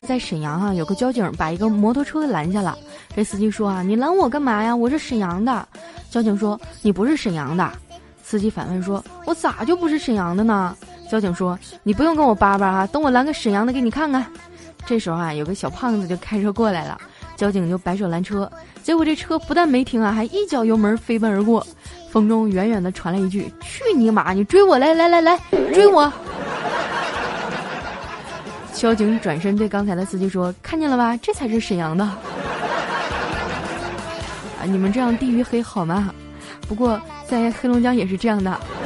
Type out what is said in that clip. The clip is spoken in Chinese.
在沈阳有个交警把一个摩托车拦下了。这司机说你拦我干嘛呀？我是沈阳的。交警说你不是沈阳的。司机反问说我咋就不是沈阳的呢？交警说你不用跟我叭叭等我拦个沈阳的给你看看。这时候有个小胖子就开车过来了，交警就摆手拦车，结果这车不但没停还一脚油门飞奔而过。风中远远的传来一句去你妈，你追我来追我。交警转身对刚才的司机说看见了吧，这才是沈阳的。你们这样地域黑好吗？不过在黑龙江也是这样的。